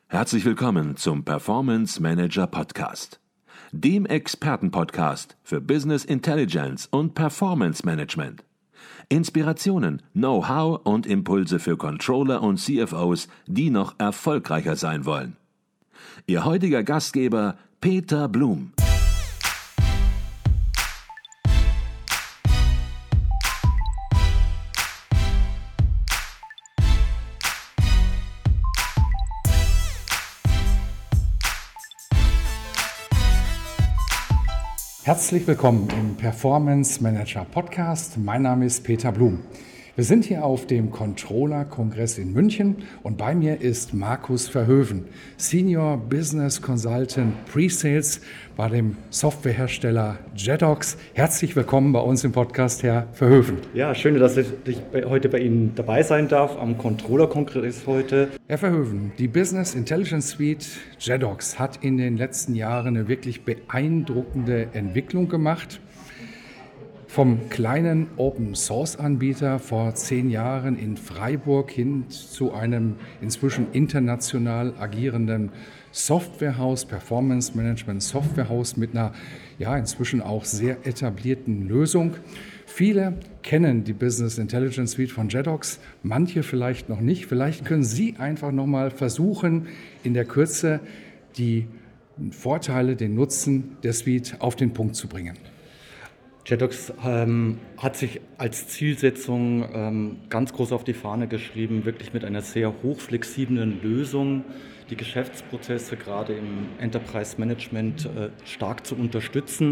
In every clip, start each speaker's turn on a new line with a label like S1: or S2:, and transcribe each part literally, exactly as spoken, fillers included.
S1: Herzlich willkommen zum Performance Manager Podcast, dem Expertenpodcast für Business Intelligence und Performance Management. Inspirationen, Know-how und Impulse für Controller und C F Os, die noch erfolgreicher sein wollen. Ihr heutiger Gastgeber Peter Blum.
S2: Herzlich willkommen im Performance Manager Podcast. Mein Name ist Peter Blum. Wir sind hier auf dem Controller-Kongress in München und bei mir ist Markus Verhoeven, Senior Business Consultant Pre-Sales bei dem Softwarehersteller Jedox. Herzlich willkommen bei uns im Podcast, Herr Verhoeven.
S3: Ja, schön, dass ich heute bei Ihnen dabei sein darf am Controller-Kongress heute.
S2: Herr Verhoeven, die Business Intelligence Suite Jedox hat in den letzten Jahren eine wirklich beeindruckende Entwicklung gemacht. Vom kleinen Open-Source-Anbieter vor zehn Jahren in Freiburg hin zu einem inzwischen international agierenden Softwarehaus, Performance-Management-Softwarehaus mit einer ja, inzwischen auch sehr etablierten Lösung. Viele kennen die Business Intelligence Suite von Jedox, manche vielleicht noch nicht. Vielleicht können Sie einfach noch mal versuchen, in der Kürze die Vorteile, den Nutzen der Suite auf den Punkt zu bringen.
S3: Jedox ähm, hat sich als Zielsetzung ähm, ganz groß auf die Fahne geschrieben, wirklich mit einer sehr hochflexiblen Lösung die Geschäftsprozesse gerade im Enterprise Management äh, stark zu unterstützen.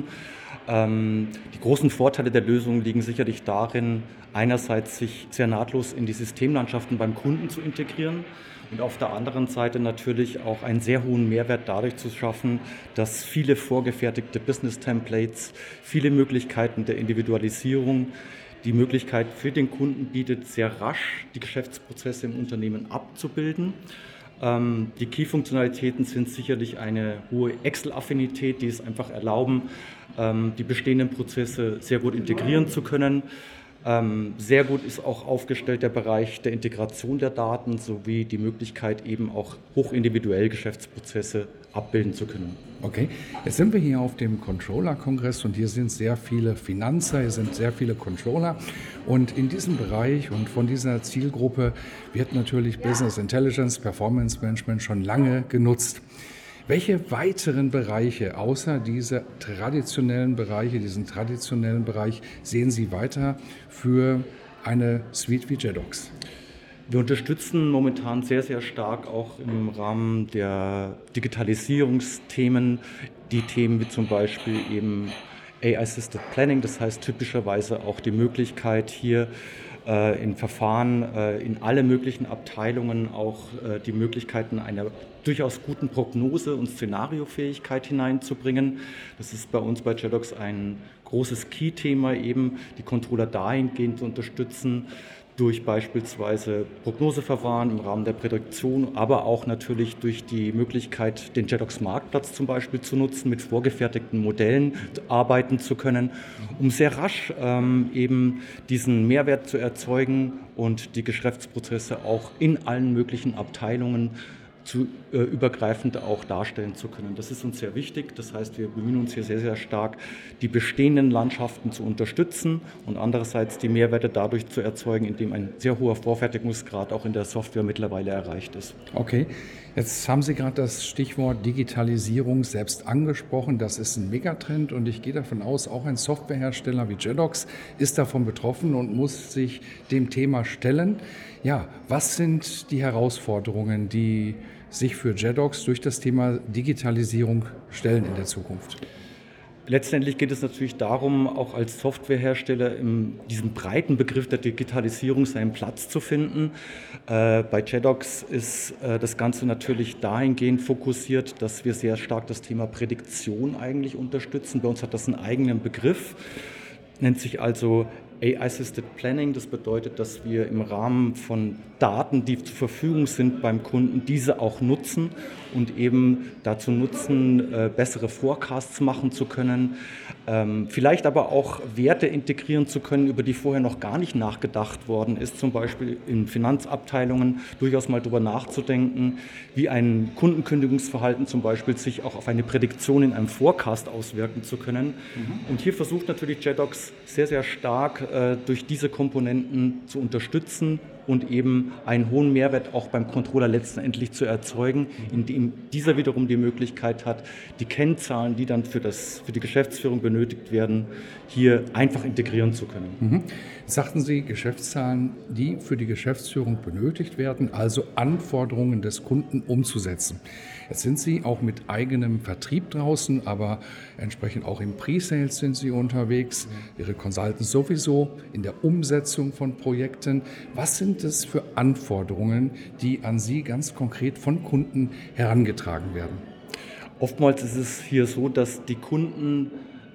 S3: Ähm, die großen Vorteile der Lösung liegen sicherlich darin, einerseits sich sehr nahtlos in die Systemlandschaften beim Kunden zu integrieren und auf der anderen Seite natürlich auch einen sehr hohen Mehrwert dadurch zu schaffen, dass viele vorgefertigte Business-Templates, viele Möglichkeiten der Individualisierung, die Möglichkeit für den Kunden bietet, sehr rasch die Geschäftsprozesse im Unternehmen abzubilden. Ähm, die Key-Funktionalitäten sind sicherlich eine hohe Excel-Affinität, die es einfach erlauben, ähm, die bestehenden Prozesse sehr gut integrieren zu können. Ähm, sehr gut ist auch aufgestellt der Bereich der Integration der Daten sowie die Möglichkeit, eben auch hochindividuell Geschäftsprozesse abbilden zu können.
S2: Okay, jetzt sind wir hier auf dem Controller-Kongress und hier sind sehr viele Finanzer, hier sind sehr viele Controller und in diesem Bereich und von dieser Zielgruppe wird natürlich Business Intelligence, Performance Management schon lange genutzt. Welche weiteren Bereiche, außer diese traditionellen Bereiche, diesen traditionellen Bereich, sehen Sie weiter für eine Suite wie Jedox?
S3: Wir unterstützen momentan sehr, sehr stark auch im Rahmen der Digitalisierungsthemen die Themen wie zum Beispiel eben A I-Assisted Planning, das heißt typischerweise auch die Möglichkeit hier äh, in Verfahren, äh, in alle möglichen Abteilungen auch äh, die Möglichkeiten einer durchaus guten Prognose- und Szenariofähigkeit hineinzubringen. Das ist bei uns bei Jedox ein großes Key-Thema, eben die Controller dahingehend zu unterstützen, durch beispielsweise Prognoseverfahren im Rahmen der Prädiktion, aber auch natürlich durch die Möglichkeit, den Jedox Marktplatz zum Beispiel zu nutzen, mit vorgefertigten Modellen arbeiten zu können, um sehr rasch ähm, eben diesen Mehrwert zu erzeugen und die Geschäftsprozesse auch in allen möglichen Abteilungen zu äh, übergreifend auch darstellen zu können. Das ist uns sehr wichtig. Das heißt, wir bemühen uns hier sehr, sehr stark, die bestehenden Landschaften zu unterstützen und andererseits die Mehrwerte dadurch zu erzeugen, indem ein sehr hoher Vorfertigungsgrad auch in der Software mittlerweile erreicht ist.
S2: Okay, jetzt haben Sie gerade das Stichwort Digitalisierung selbst angesprochen. Das ist ein Megatrend und ich gehe davon aus, auch ein Softwarehersteller wie Jedox ist davon betroffen und muss sich dem Thema stellen. Ja, was sind die Herausforderungen, die sich für Jedox durch das Thema Digitalisierung stellen in der Zukunft?
S3: Letztendlich geht es natürlich darum, auch als Softwarehersteller in diesem breiten Begriff der Digitalisierung seinen Platz zu finden. Äh, bei Jedox ist äh, das Ganze natürlich dahingehend fokussiert, dass wir sehr stark das Thema Prädiktion eigentlich unterstützen. Bei uns hat das einen eigenen Begriff, nennt sich also A I-Assisted Planning, das bedeutet, dass wir im Rahmen von Daten, die zur Verfügung sind beim Kunden, diese auch nutzen und eben dazu nutzen, äh, bessere Forecasts machen zu können, ähm, vielleicht aber auch Werte integrieren zu können, über die vorher noch gar nicht nachgedacht worden ist, zum Beispiel in Finanzabteilungen durchaus mal darüber nachzudenken, wie ein Kundenkündigungsverhalten zum Beispiel sich auch auf eine Prädiktion in einem Forecast auswirken zu können. Mhm. Und hier versucht natürlich Jedox sehr, sehr stark äh, durch diese Komponenten zu unterstützen und eben einen hohen Mehrwert auch beim Controller letztendlich zu erzeugen, indem dieser wiederum die Möglichkeit hat, die Kennzahlen, die dann für, das, für die Geschäftsführung benötigt werden, hier einfach integrieren zu können.
S2: Mhm. Sagten Sie, Geschäftszahlen, die für die Geschäftsführung benötigt werden, also Anforderungen des Kunden umzusetzen. Jetzt sind Sie auch mit eigenem Vertrieb draußen, aber entsprechend auch im Pre-Sales sind Sie unterwegs, Ihre Consultants sowieso in der Umsetzung von Projekten. Was sind es für Anforderungen, die an Sie ganz konkret von Kunden herangetragen werden?
S3: Oftmals ist es hier so, dass die Kunden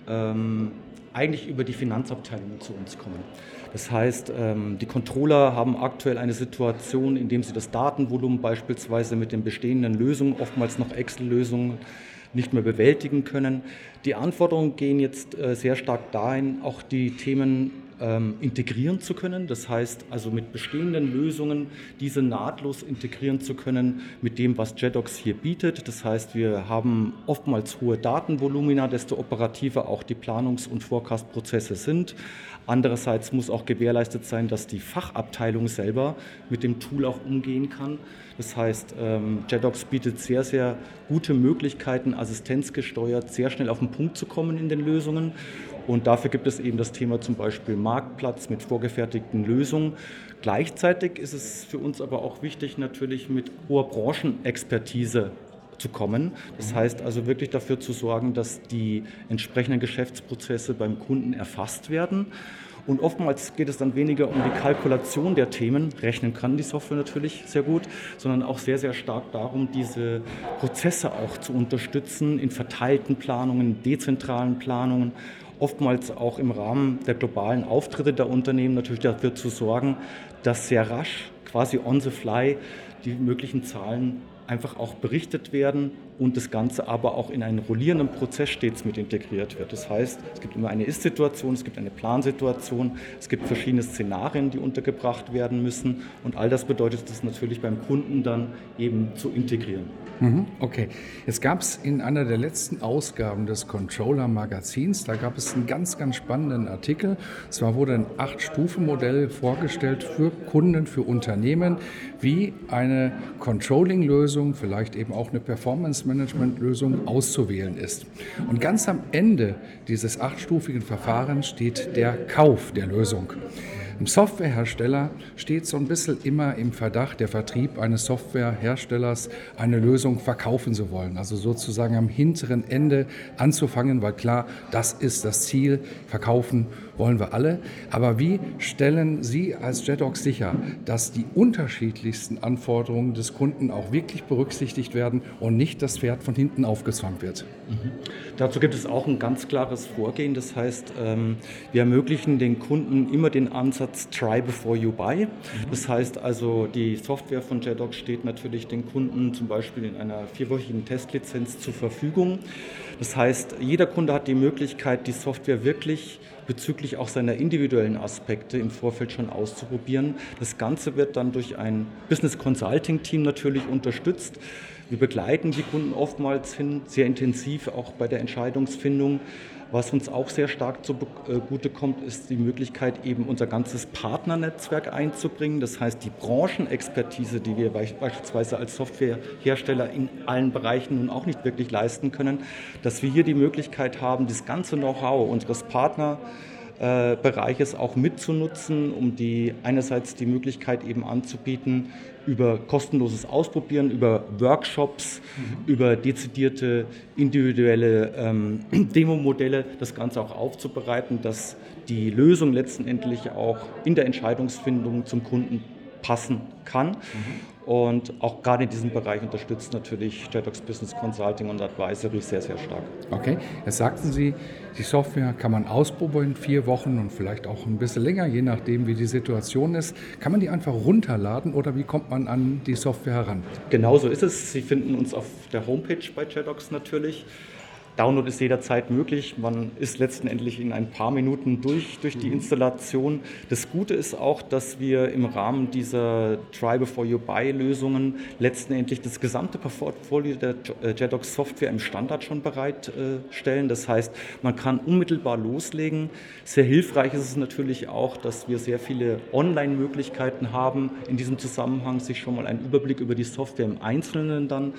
S3: ähm, eigentlich über die Finanzabteilungen zu uns kommen. Das heißt, ähm, die Controller haben aktuell eine Situation, in der sie das Datenvolumen beispielsweise mit den bestehenden Lösungen, oftmals noch Excel-Lösungen, nicht mehr bewältigen können. Die Anforderungen gehen jetzt äh, sehr stark dahin, auch die Themen ähm, integrieren zu können. Das heißt also mit bestehenden Lösungen diese nahtlos integrieren zu können mit dem, was Jedox hier bietet. Das heißt, wir haben oftmals hohe Datenvolumina, desto operativer auch die Planungs- und Forecast-Prozesse sind. Andererseits muss auch gewährleistet sein, dass die Fachabteilung selber mit dem Tool auch umgehen kann. Das heißt, ähm, Jedox bietet sehr, sehr gute Möglichkeiten, assistenzgesteuert sehr schnell auf den Punkt zu kommen in den Lösungen. Und dafür gibt es eben das Thema zum Beispiel Marktplatz mit vorgefertigten Lösungen. Gleichzeitig ist es für uns aber auch wichtig, natürlich mit hoher Branchenexpertise zu kommen. Das heißt also wirklich dafür zu sorgen, dass die entsprechenden Geschäftsprozesse beim Kunden erfasst werden. Und oftmals geht es dann weniger um die Kalkulation der Themen, rechnen kann die Software natürlich sehr gut, sondern auch sehr, sehr stark darum, diese Prozesse auch zu unterstützen in verteilten Planungen, dezentralen Planungen, oftmals auch im Rahmen der globalen Auftritte der Unternehmen natürlich dafür zu sorgen, dass sehr rasch, quasi on the fly, die möglichen Zahlen einfach auch berichtet werden und das Ganze aber auch in einen rollierenden Prozess stets mit integriert wird. Das heißt, es gibt immer eine Ist-Situation, es gibt eine Plansituation, es gibt verschiedene Szenarien, die untergebracht werden müssen und all das bedeutet es natürlich beim Kunden dann eben zu integrieren.
S2: Okay, jetzt gab es in einer der letzten Ausgaben des Controller-Magazins, da gab es einen ganz, ganz spannenden Artikel. Zwar wurde ein Acht-Stufen-Modell vorgestellt für Kunden, für Unternehmen, wie eine Controlling-Lösung, vielleicht eben auch eine Performance-Management-Lösung auszuwählen ist. Und ganz am Ende dieses achtstufigen Verfahrens steht der Kauf der Lösung. Ein Softwarehersteller steht so ein bisschen immer im Verdacht, der Vertrieb eines Softwareherstellers eine Lösung verkaufen zu wollen. Also sozusagen am hinteren Ende anzufangen, weil klar, das ist das Ziel, verkaufen wollen wir alle. Aber wie stellen Sie als Jedox sicher, dass die unterschiedlichsten Anforderungen des Kunden auch wirklich berücksichtigt werden und nicht das Pferd von hinten aufgezwungen wird?
S3: Mhm. Dazu gibt es auch ein ganz klares Vorgehen. Das heißt, wir ermöglichen den Kunden immer den Ansatz Try before you buy. Das heißt also, die Software von Jedox steht natürlich den Kunden zum Beispiel in einer vierwöchigen Testlizenz zur Verfügung. Das heißt, jeder Kunde hat die Möglichkeit, die Software wirklich bezüglich auch seiner individuellen Aspekte im Vorfeld schon auszuprobieren. Das Ganze wird dann durch ein Business Consulting Team natürlich unterstützt. Wir begleiten die Kunden oftmals hin, sehr intensiv, auch bei der Entscheidungsfindung. Was uns auch sehr stark zugute kommt, ist die Möglichkeit, eben unser ganzes Partnernetzwerk einzubringen. Das heißt, die Branchenexpertise, die wir beispielsweise als Softwarehersteller in allen Bereichen nun auch nicht wirklich leisten können, dass wir hier die Möglichkeit haben, das ganze Know-how unseres Partnerbereiches auch mitzunutzen, um die einerseits die Möglichkeit eben anzubieten, über kostenloses Ausprobieren, über Workshops, mhm. über dezidierte individuelle ähm, Demo-Modelle, das Ganze auch aufzubereiten, dass die Lösung letztendlich auch in der Entscheidungsfindung zum Kunden passen kann. Mhm. Und auch gerade in diesem Bereich unterstützt natürlich Jedox Business Consulting und Advisory sehr, sehr stark.
S2: Okay, jetzt sagten Sie, die Software kann man ausprobieren, vier Wochen und vielleicht auch ein bisschen länger, je nachdem, wie die Situation ist. Kann man die einfach runterladen oder wie kommt man an die Software heran?
S3: Genau so ist es. Sie finden uns auf der Homepage bei Jedox natürlich. Download ist jederzeit möglich. Man ist letztendlich in ein paar Minuten durch, durch die Installation. Das Gute ist auch, dass wir im Rahmen dieser Try Before You Buy Lösungen letztendlich das gesamte Portfolio der Jedox Software im Standard schon bereitstellen. Das heißt, man kann unmittelbar loslegen. Sehr hilfreich ist es natürlich auch, dass wir sehr viele Online-Möglichkeiten haben, in diesem Zusammenhang sich schon mal einen Überblick über die Software im Einzelnen dann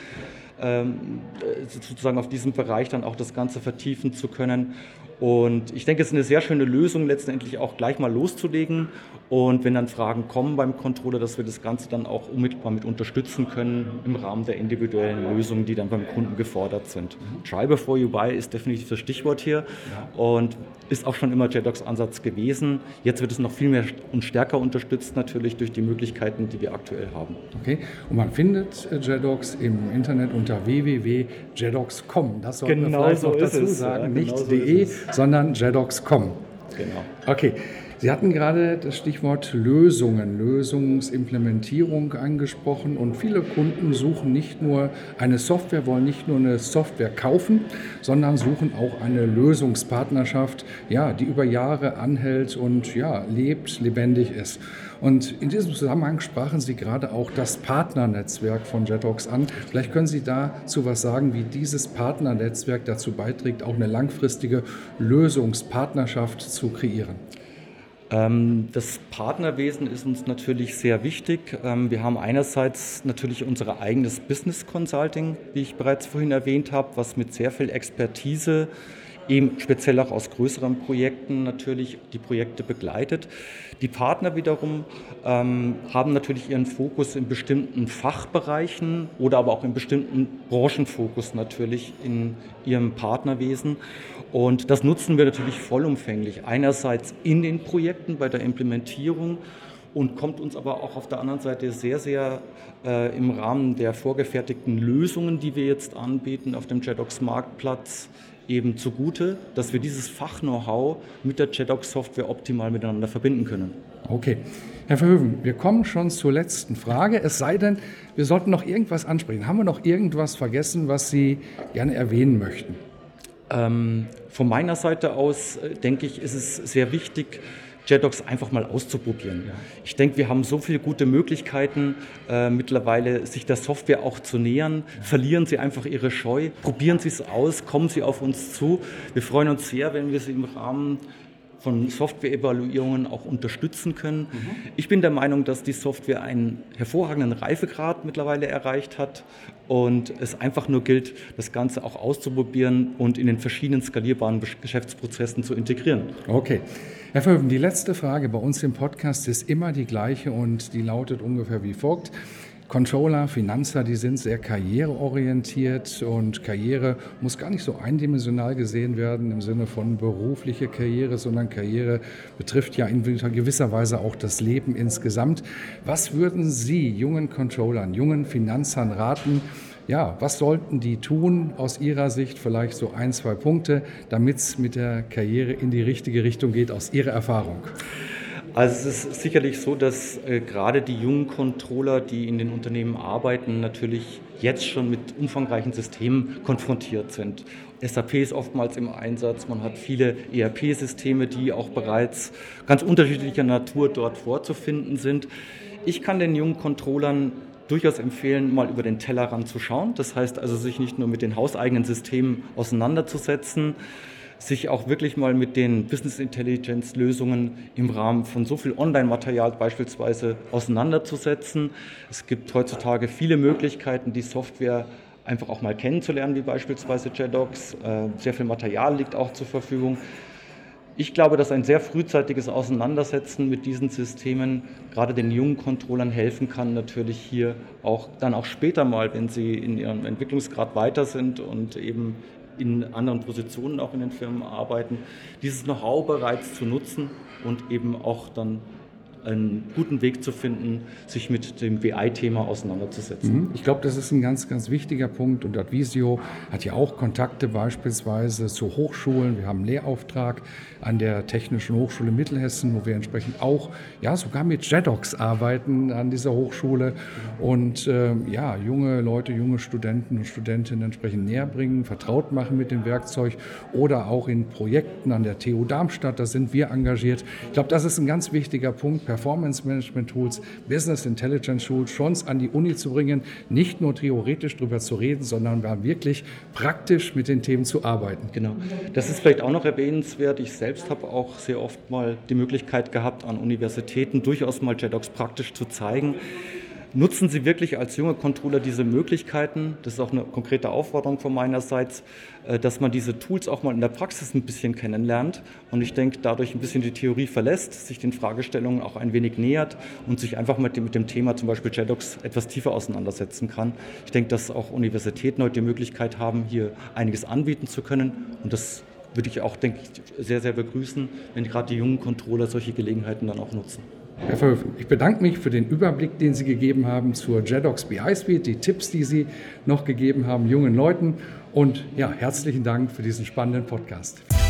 S3: sozusagen auf diesem Bereich dann auch das Ganze vertiefen zu können. Und ich denke, es ist eine sehr schöne Lösung, letztendlich auch gleich mal loszulegen. Und wenn dann Fragen kommen beim Controller, dass wir das Ganze dann auch unmittelbar mit unterstützen können im Rahmen der individuellen Lösungen, die dann beim Kunden gefordert sind. Try Before You Buy ist definitiv das Stichwort hier und ist auch schon immer Jedox Ansatz gewesen. Jetzt wird es noch viel mehr und stärker unterstützt natürlich durch die Möglichkeiten, die wir aktuell haben.
S2: Okay, und man findet Jedox im Internet unter w w w punkt jedox punkt com. Das sollten
S3: genau
S2: wir vielleicht
S3: so
S2: noch dazu
S3: es.
S2: sagen,
S3: ja,
S2: nicht
S3: genau so
S2: de, sondern jedox punkt com.
S3: Genau.
S2: Okay. Sie hatten gerade das Stichwort Lösungen, Lösungsimplementierung angesprochen und viele Kunden suchen nicht nur eine Software, wollen nicht nur eine Software kaufen, sondern suchen auch eine Lösungspartnerschaft, ja, die über Jahre anhält und ja, lebt, lebendig ist. Und in diesem Zusammenhang sprachen Sie gerade auch das Partnernetzwerk von Jedox an. Vielleicht können Sie dazu was sagen, wie dieses Partnernetzwerk dazu beiträgt, auch eine langfristige Lösungspartnerschaft zu kreieren.
S3: Das Partnerwesen ist uns natürlich sehr wichtig. Wir haben einerseits natürlich unser eigenes Business Consulting, wie ich bereits vorhin erwähnt habe, was mit sehr viel Expertise, eben speziell auch aus größeren Projekten natürlich die Projekte begleitet. Die Partner wiederum ähm, haben natürlich ihren Fokus in bestimmten Fachbereichen oder aber auch in bestimmten Branchenfokus natürlich in ihrem Partnerwesen. Und das nutzen wir natürlich vollumfänglich. Einerseits in den Projekten bei der Implementierung und kommt uns aber auch auf der anderen Seite sehr, sehr äh, im Rahmen der vorgefertigten Lösungen, die wir jetzt anbieten auf dem Jedox Marktplatz, eben zugute, dass wir dieses Fach-Know-how mit der Jedox-Software optimal miteinander verbinden können.
S2: Okay. Herr Verhoeven, wir kommen schon zur letzten Frage. Es sei denn, wir sollten noch irgendwas ansprechen. Haben wir noch irgendwas vergessen, was Sie gerne erwähnen möchten?
S3: Ähm, von meiner Seite aus, äh, denke ich, ist es sehr wichtig, Jedox einfach mal auszuprobieren. Ja. Ich denke, wir haben so viele gute Möglichkeiten, äh, mittlerweile sich der Software auch zu nähern. Ja. Verlieren Sie einfach Ihre Scheu, probieren Sie es aus, kommen Sie auf uns zu. Wir freuen uns sehr, wenn wir Sie im Rahmen von Software-Evaluierungen auch unterstützen können. Mhm. Ich bin der Meinung, dass die Software einen hervorragenden Reifegrad mittlerweile erreicht hat und es einfach nur gilt, das Ganze auch auszuprobieren und in den verschiedenen skalierbaren Geschäftsprozessen zu integrieren.
S2: Okay. Herr Verhoeven, die letzte Frage bei uns im Podcast ist immer die gleiche und die lautet ungefähr wie folgt. Controller, Finanzer, die sind sehr karriereorientiert und Karriere muss gar nicht so eindimensional gesehen werden im Sinne von berufliche Karriere, sondern Karriere betrifft ja in gewisser Weise auch das Leben insgesamt. Was würden Sie jungen Controllern, jungen Finanzern raten? Ja, was sollten die tun aus Ihrer Sicht? Vielleicht so ein, zwei Punkte, damit es mit der Karriere in die richtige Richtung geht, aus Ihrer Erfahrung.
S3: Also es ist sicherlich so, dass äh, gerade die jungen Controller, die in den Unternehmen arbeiten, natürlich jetzt schon mit umfangreichen Systemen konfrontiert sind. S A P ist oftmals im Einsatz, man hat viele E R P-Systeme, die auch bereits ganz unterschiedlicher Natur dort vorzufinden sind. Ich kann den jungen Controllern durchaus empfehlen, mal über den Tellerrand zu schauen. Das heißt also, sich nicht nur mit den hauseigenen Systemen auseinanderzusetzen, sich auch wirklich mal mit den Business Intelligence Lösungen im Rahmen von so viel Online-Material beispielsweise auseinanderzusetzen. Es gibt heutzutage viele Möglichkeiten, die Software einfach auch mal kennenzulernen, wie beispielsweise Jedox. Sehr viel Material liegt auch zur Verfügung. Ich glaube, dass ein sehr frühzeitiges Auseinandersetzen mit diesen Systemen gerade den jungen Controllern helfen kann, natürlich hier auch dann auch später mal, wenn sie in ihrem Entwicklungsgrad weiter sind und eben in anderen Positionen auch in den Firmen arbeiten, dieses Know-how bereits zu nutzen und eben auch dann einen guten Weg zu finden, sich mit dem B I-Thema auseinanderzusetzen.
S2: Ich glaube, das ist ein ganz, ganz wichtiger Punkt und Advisio hat ja auch Kontakte beispielsweise zu Hochschulen. Wir haben einen Lehrauftrag an der Technischen Hochschule Mittelhessen, wo wir entsprechend auch ja, sogar mit Jedox arbeiten an dieser Hochschule und äh, ja, junge Leute, junge Studenten und Studentinnen entsprechend näher bringen, vertraut machen mit dem Werkzeug oder auch in Projekten an der T U Darmstadt, da sind wir engagiert. Ich glaube, das ist ein ganz wichtiger Punkt, Performance Management Tools, Business Intelligence Tools schon an die Uni zu bringen, nicht nur theoretisch darüber zu reden, sondern wirklich praktisch mit den Themen zu arbeiten.
S3: Genau, das ist vielleicht auch noch erwähnenswert. Ich selbst habe auch sehr oft mal die Möglichkeit gehabt, an Universitäten durchaus mal Jedox praktisch zu zeigen. Nutzen Sie wirklich als junger Controller diese Möglichkeiten? Das ist auch eine konkrete Aufforderung von meinerseits, dass man diese Tools auch mal in der Praxis ein bisschen kennenlernt und ich denke, dadurch ein bisschen die Theorie verlässt, sich den Fragestellungen auch ein wenig nähert und sich einfach mit dem, mit dem Thema zum Beispiel Jedox etwas tiefer auseinandersetzen kann. Ich denke, dass auch Universitäten heute die Möglichkeit haben, hier einiges anbieten zu können und das würde ich auch, denke ich, sehr, sehr begrüßen, wenn gerade die jungen Controller solche Gelegenheiten dann auch nutzen.
S2: Herr Verhöfen, ich bedanke mich für den Überblick, den Sie gegeben haben zur Jedox B I Suite, die Tipps, die Sie noch gegeben haben, jungen Leuten. Und ja, herzlichen Dank für diesen spannenden Podcast.